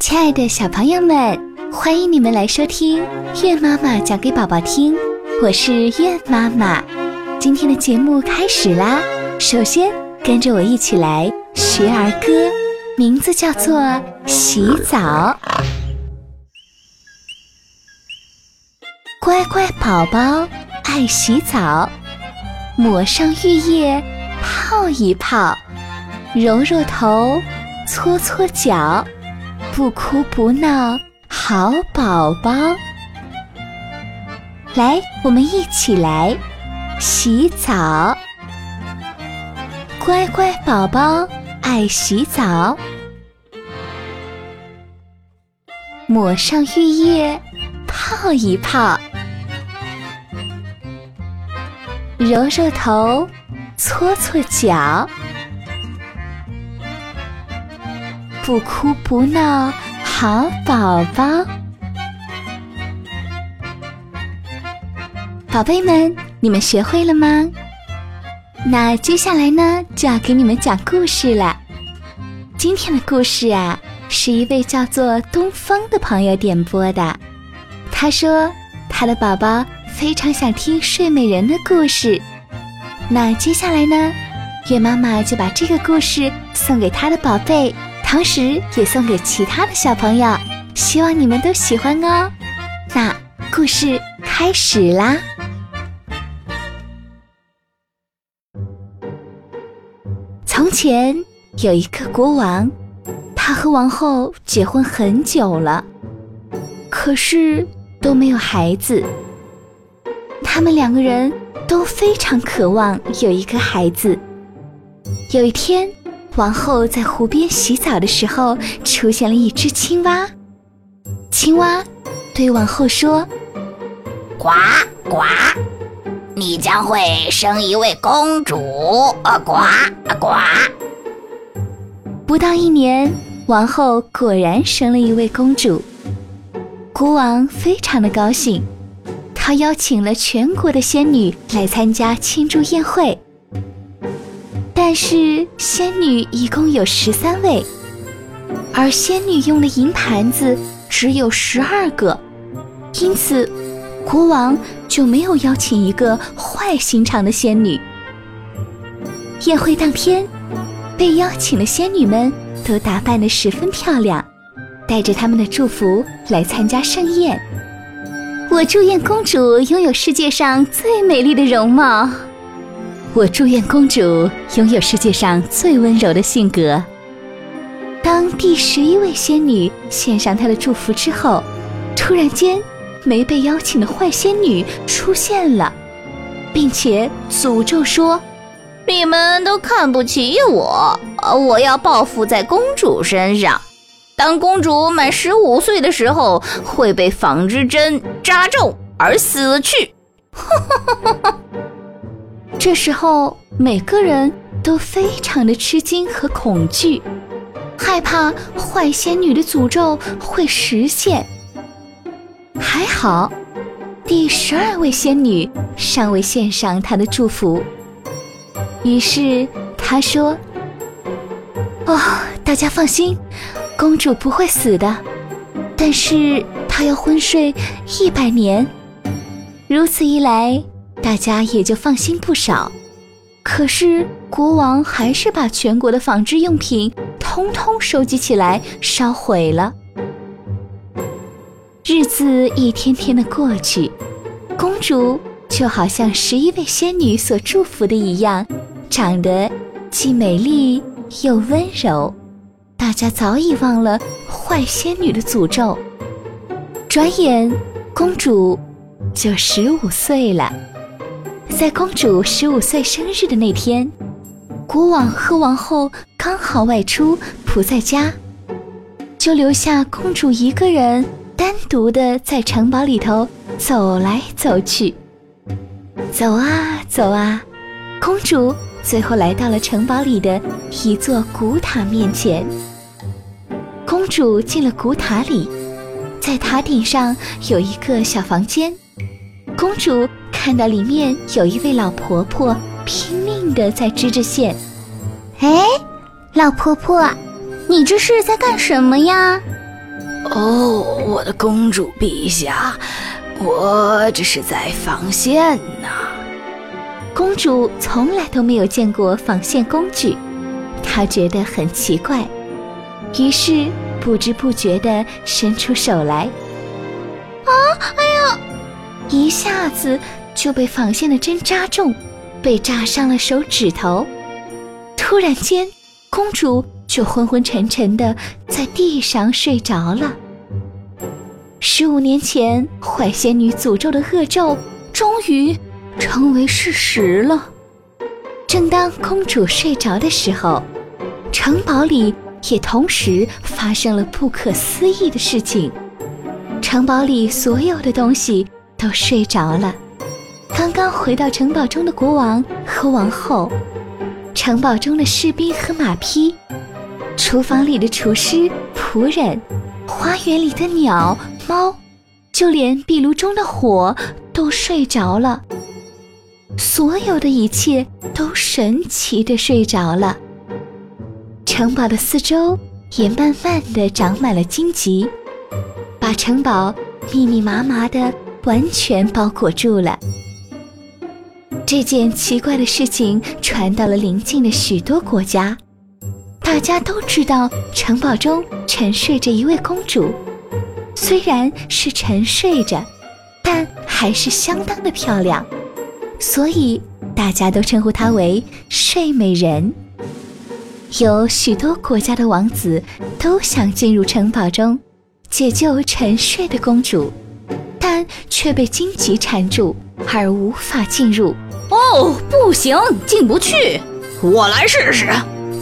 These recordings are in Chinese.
亲爱的小朋友们，欢迎你们来收听月妈妈讲给宝宝听，我是月妈妈。今天的节目开始啦，首先跟着我一起来学儿歌，名字叫做《洗澡》。乖乖宝宝爱洗澡，抹上浴液泡一泡，揉揉头，搓搓脚，不哭不闹好宝宝。来，我们一起来洗澡。乖乖宝宝爱洗澡，抹上浴液泡一泡，揉揉头，搓搓脚，不哭不闹好宝宝。宝贝们，你们学会了吗？那接下来呢，就要给你们讲故事了。今天的故事啊，是一位叫做东风的朋友点播的。他说他的宝宝非常想听睡美人的故事。那接下来呢，月妈妈就把这个故事送给他的宝贝，同时也送给其他的小朋友，希望你们都喜欢哦。那故事开始啦。从前有一个国王，他和王后结婚很久了，可是都没有孩子。他们两个人都非常渴望有一个孩子。有一天，王后在湖边洗澡的时候，出现了一只青蛙。青蛙对王后说： 呱呱，你将会生一位公主，呱呱。 不到1年，王后果然生了一位公主。国王非常的高兴，他邀请了全国的仙女来参加庆祝宴会。但是仙女一共有13位，而仙女用的银盘子只有12个，因此国王就没有邀请一个坏心肠的仙女。宴会当天，被邀请的仙女们都打扮得十分漂亮，带着他们的祝福来参加盛宴。我祝愿公主拥有世界上最美丽的容貌，我祝愿公主拥有世界上最温柔的性格。当第11位仙女献上她的祝福之后，突然间没被邀请的坏仙女出现了，并且诅咒说： 你们都看不起我，我要报复在公主身上。当公主满15岁的时候，会被纺织针扎中而死去。 这时候每个人都非常的吃惊和恐惧，害怕坏仙女的诅咒会实现。还好第12位仙女尚未献上她的祝福，于是她说：大家放心，公主不会死的，但是她要昏睡100年。如此一来，大家也就放心不少。可是国王还是把全国的纺织用品通通收集起来烧毁了。日子一天天的过去，公主就好像11位仙女所祝福的一样，长得既美丽又温柔。大家早已忘了坏仙女的诅咒。转眼公主就15岁了。在公主15岁生日的那天，国王和王后刚好外出，不在家，就留下公主一个人单独的在城堡里头走来走去。走啊走啊，公主最后来到了城堡里的一座古塔面前。公主进了古塔里，在塔顶上有一个小房间。公主看到里面有一位老婆婆拼命地在织着线。 老婆婆，你这是在干什么呀？ 哦，我的公主陛下，我这是在纺线呢。 公主从来都没有见过纺线工具，她觉得很奇怪，于是不知不觉地伸出手来。哎呀！一下子就被纺线的针扎中，被扎伤了手指头。突然间，公主就昏昏沉沉地在地上睡着了。15年前坏仙女诅咒的恶咒终于成为事实了。正当公主睡着的时候，城堡里也同时发生了不可思议的事情。城堡里所有的东西都睡着了。刚刚回到城堡中的国王和王后，城堡中的士兵和马匹，厨房里的厨师、仆人，花园里的鸟、猫，就连壁炉中的火都睡着了。所有的一切都神奇地睡着了。城堡的四周也慢慢地长满了荆棘，把城堡密密麻麻地完全包裹住了。这件奇怪的事情传到了邻近的许多国家，大家都知道城堡中沉睡着一位公主，虽然是沉睡着，但还是相当的漂亮，所以大家都称呼她为睡美人。有许多国家的王子都想进入城堡中解救沉睡的公主，但却被荆棘缠住而无法进入。 哦，不行，进不去，我来试试。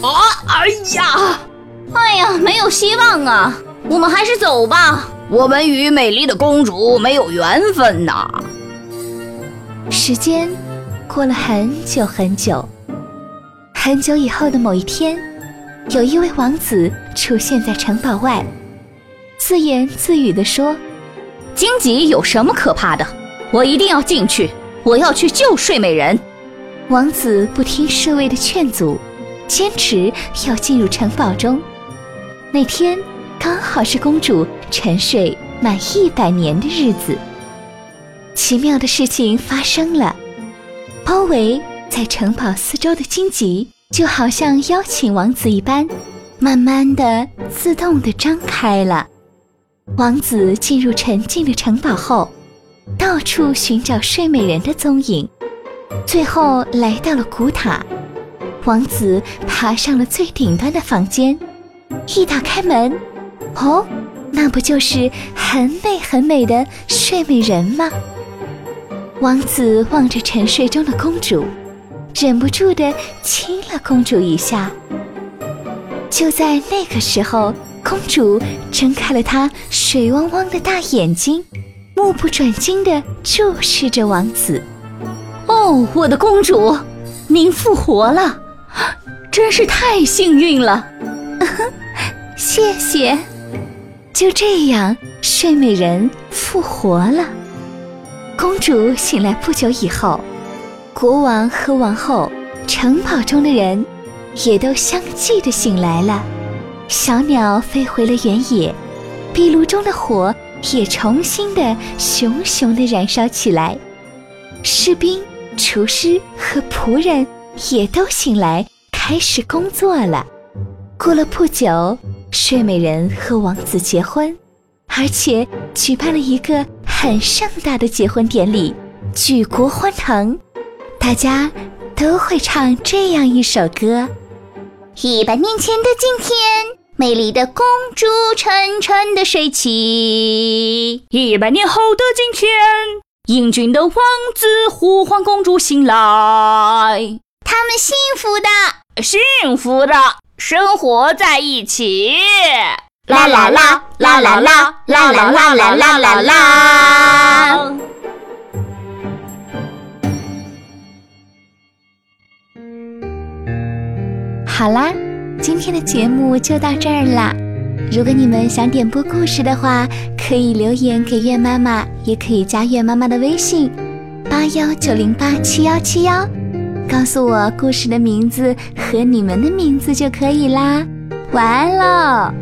哎呀，没有希望啊，我们还是走吧，我们与美丽的公主没有缘分呐。 时间过了很久很久，很久以后的某一天，有一位王子出现在城堡外，自言自语地说： 荆棘有什么可怕的？我一定要进去，我要去救睡美人。 王子不听侍卫的劝阻，坚持要进入城堡中。那天刚好是公主沉睡满100年的日子。奇妙的事情发生了，包围在城堡四周的荆棘就好像邀请王子一般，慢慢地自动地张开了。王子进入沉静的城堡后，到处寻找睡美人的踪影，最后来到了古塔。王子爬上了最顶端的房间，一打开门，哦，那不就是很美很美的睡美人吗？王子望着沉睡中的公主，忍不住地亲了公主一下。就在那个时候，公主睁开了她水汪汪的大眼睛，目不转睛地注视着王子。 哦，我的公主，您复活了，真是太幸运了。 谢谢。就这样，睡美人复活了。公主醒来不久以后，国王和王后，城堡中的人也都相继地醒来了。小鸟飞回了原野，壁炉中的火也重新地熊熊地燃烧起来。士兵、厨师和仆人也都醒来，开始工作了。过了不久，睡美人和王子结婚，而且举办了一个很盛大的结婚典礼，举国欢腾。大家都会唱这样一首歌：100年前的今天，美丽的公主沉沉地睡起 ；100年后的今天，英俊的王子呼唤公主醒来。 他们幸福的生活在一起。 啦啦啦啦啦啦啦啦啦啦啦啦啦。好啦，今天的节目就到这儿啦。如果你们想点播故事的话，可以留言给月妈妈，也可以加月妈妈的微信8190871171，告诉我故事的名字和你们的名字就可以啦。晚安喽。